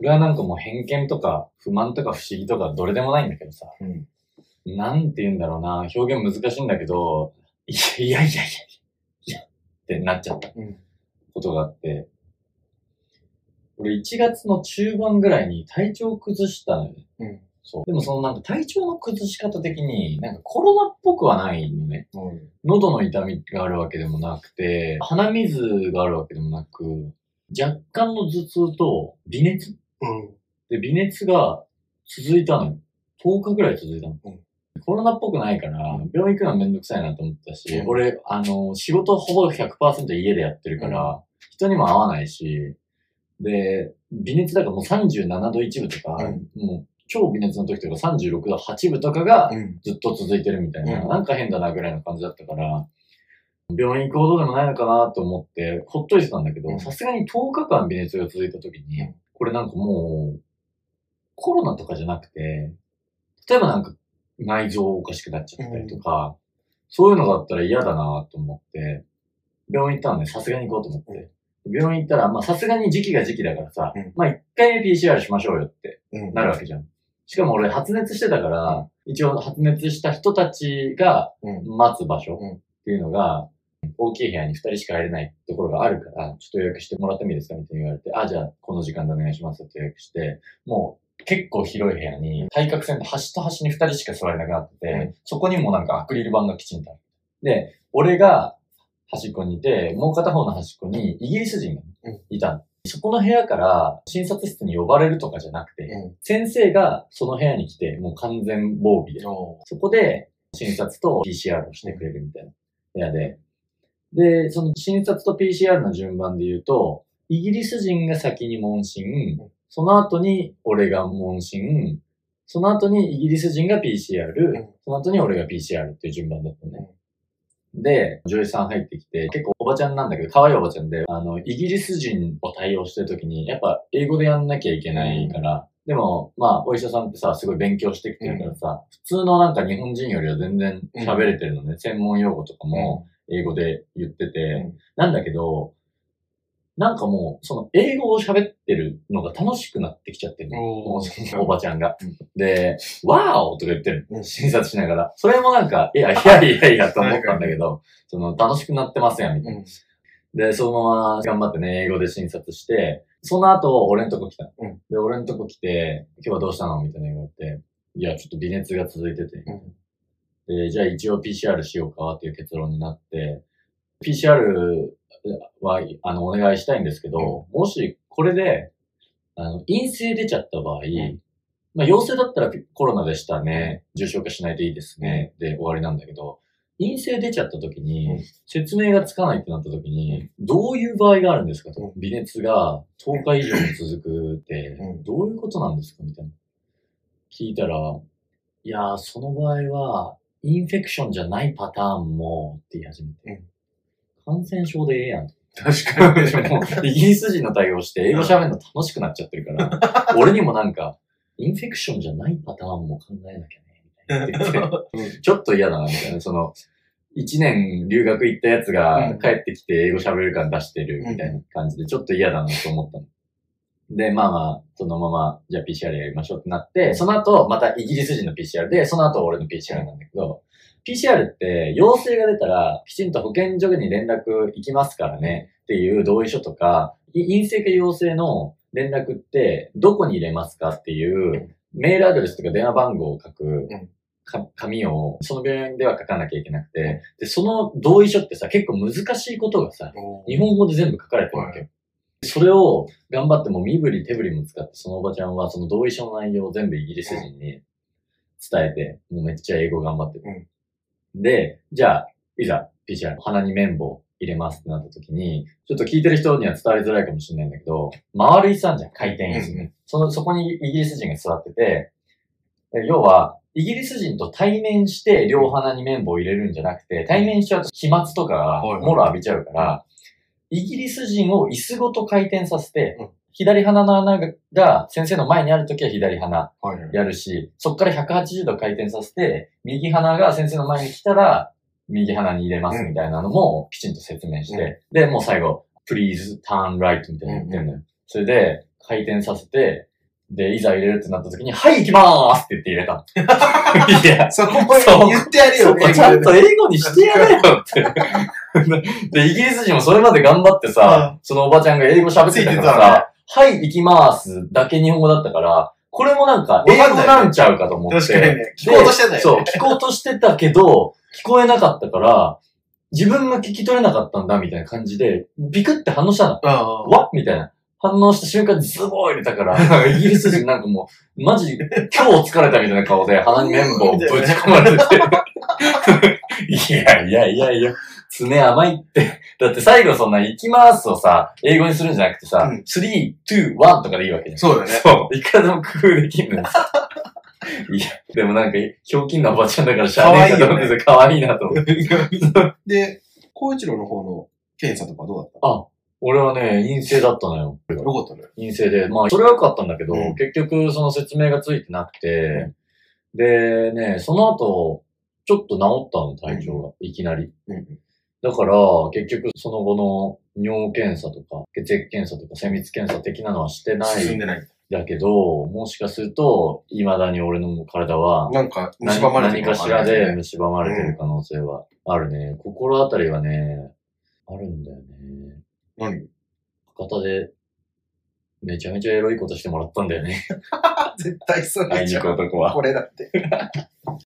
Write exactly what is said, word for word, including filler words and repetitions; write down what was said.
これはなんかもう偏見とか不満とか不思議とかどれでもないんだけどさ。うん、なんて言うんだろうな、表現難しいんだけど、いやいやいやいやいやってなっちゃったことがあって、俺いちがつの中盤ぐらいに体調を崩したのよね。うん、そう。でもそのなんか体調の崩し方的になんかコロナっぽくはないのね。うん、喉の痛みがあるわけでもなくて、鼻水があるわけでもなく、若干の頭痛と微熱、うん、で、微熱が続いたのよ。とおかぐらい続いたの。うん、コロナっぽくないから、病院行くのはめんどくさいなと思ったし、うん、俺、あの、仕事ほぼ ひゃくパーセント 家でやってるから、うん、人にも会わないし、で、微熱だからもうさんじゅうななどいちぶとか、うん、もう超微熱の時とかさんじゅうろくどはちぶとかがずっと続いてるみたいな、うん、なんか変だなぐらいの感じだったから、病院行くほどでもないのかなと思ってほっといてたんだけど、さすがにとおかかん微熱が続いた時に、これなんかもう、コロナとかじゃなくて、例えばなんか内臓おかしくなっちゃったりとか、うん、そういうのだったら嫌だなと思って、病院行ったんでさすがに行こうと思って。病院行ったら、まあさすがに時期が時期だからさ、うん、まあ一回目 ピーシーアール しましょうよってなるわけじゃん。しかも俺発熱してたから、うん、一応発熱した人たちが待つ場所っていうのが、大きい部屋にふたりしか入れないところがあるから、ちょっと予約してもらってもいいですかみたいに言われて、あ、じゃあこの時間でお願いしますって予約して、もう結構広い部屋に対角線で端と端にふたりしか座れなくなってて、うん、そこにもなんかアクリル板がきちんとある。で、俺が端っこにいて、もう片方の端っこにイギリス人がいた。うん、そこの部屋から診察室に呼ばれるとかじゃなくて、うん、先生がその部屋に来て、もう完全防備で、そこで診察と ピーシーアール をしてくれるみたいな部屋で、で、その診察と ピーシーアール の順番で言うと、イギリス人が先に問診、その後に俺が問診、その後にイギリス人が ピーシーアール、その後に俺が ピーシーアール っていう順番だったね。で、女優さん入ってきて、結構おばちゃんなんだけど、可愛いおばちゃんで、あの、イギリス人を対応してるときに、やっぱ英語でやんなきゃいけないから、でも、まあ、お医者さんってさ、すごい勉強してきてるからさ、普通のなんか日本人よりは全然喋れてるのね、専門用語とかも英語で言ってて、なんだけど、なんかもう、その英語を喋ってるのが楽しくなってきちゃってるの。おばちゃんが。で、ワーオとか言ってるの。診察しながら。それもなんか、いやいやいやいやと思ったんだけど、その楽しくなってますやん、みたいな。で、そのまま頑張ってね、英語で診察して、その後、俺んとこ来たの。で、俺んとこ来て、今日はどうしたのみたいな言われて、いや、ちょっと微熱が続いてて。で、じゃあ一応 ピーシーアール しようかっていう結論になって、ピーシーアールは、あの、お願いしたいんですけど、もし、これで、あの、陰性出ちゃった場合、まあ、陽性だったらコロナでしたね、重症化しないといいですね、で終わりなんだけど、陰性出ちゃった時に、説明がつかないってなった時に、どういう場合があるんですかと。微熱がとおか以上も続くって、どういうことなんですかみたいな。聞いたら、いやー、その場合は、インフェクションじゃないパターンも、って言い始めて。感染症でええやん。確かに。もう、イギリス人の対応して英語喋るの楽しくなっちゃってるから、俺にもなんか、インフェクションじゃないパターンも考えなきゃね、みたいな言って。ちょっと嫌だな、みたいな。その、一年留学行ったやつが帰ってきて英語喋る感出してるみたいな感じで、ちょっと嫌だなと思ったの。で、まあまあ、そのまま、じゃあ ピーシーアール やりましょうってなって、その後、またイギリス人の ピーシーアール で、その後俺の ピーシーアール なんだけど、ピーシーアール って陽性が出たらきちんと保健所に連絡行きますからねっていう同意書とか、陰性か陽性の連絡ってどこに入れますかっていうメールアドレスとか電話番号を書く紙をその病院では書かなきゃいけなくて、で、その同意書ってさ、結構難しいことがさ、日本語で全部書かれてるわけよ。それを頑張っても身振り手振りも使って、そのおばちゃんはその同意書の内容を全部イギリス人に伝えて、もうめっちゃ英語頑張ってる。で、じゃあ、いざ ピーシーアール、鼻に綿棒入れますってなった時に、ちょっと聞いてる人には伝わりづらいかもしれないんだけど、回る椅子あんじゃん、回転椅子ね。その、そこにイギリス人が座ってて、要は、イギリス人と対面して両鼻に綿棒を入れるんじゃなくて、対面しちゃうと飛沫とかがもろ浴びちゃうから、イギリス人を椅子ごと回転させて、うん、左鼻の穴が先生の前にあるときは左鼻やるし、はいはい、そこからひゃくはちじゅうど回転させて、右鼻が先生の前に来たら、右鼻に入れますみたいなのもきちんと説明して、うん、で、もう最後、please turn right みたいなの言ってんのよ。うんうん、それで回転させて、 で、いざ入れるってなった時に、はい、行きまーすって言って入れたの。いや、 そこも言ってやるよね。 そこちゃんと英語にしてやれよって。で、イギリス人もそれまで頑張ってさ、そのおばちゃんが英語喋ってたからさ、はい、行きまーすだけ日本語だったから、これもなんか英語なんちゃうかと思って。 確かにね。聞こうとしてたよね。 そう、聞こうとしてたけど、聞こえなかったから、自分が聞き取れなかったんだみたいな感じで、ビクって反応したの。わみたいな。反応した瞬間にズボー入れたから、イギリス人なんかもう、マジ、今日疲れたみたいな顔で鼻に綿棒をぶち込まれてて。いやいやいやいや、爪甘いって。だって最後そんな行きますをさ、英語にするんじゃなくてさ、スリー、ツー、ワンとかでいいわけじゃん。 そうだね。 そう。いくらでも工夫できるのよ。いや、でもなんか、ひょうきんなおばちゃんだからしゃあねえかと思ってかわいいなと思って。 で、孝一郎の方の検査とかどうだった？ あ、俺はね、陰性だったのよ。 よかったね。 陰性で。まあ、それは良かったんだけど、うん、結局その説明がついてなくて、うん、でね、その後、ちょっと治ったの、体調が。うん、いきなり。うん、だから、結局その後の尿検査とか、血液検査とか、精密検査的なのはしてない。 進んでない。 だけど、もしかすると、未だに俺の体は、 なんか、蝕まれてる、 ね、何かしらで蝕まれてる可能性はあるね。うん、心当たりはね、あるんだよね。 何？ 博多で、めちゃめちゃエロいことしてもらったんだよね。 絶対そう会いに行く男は。 これだって。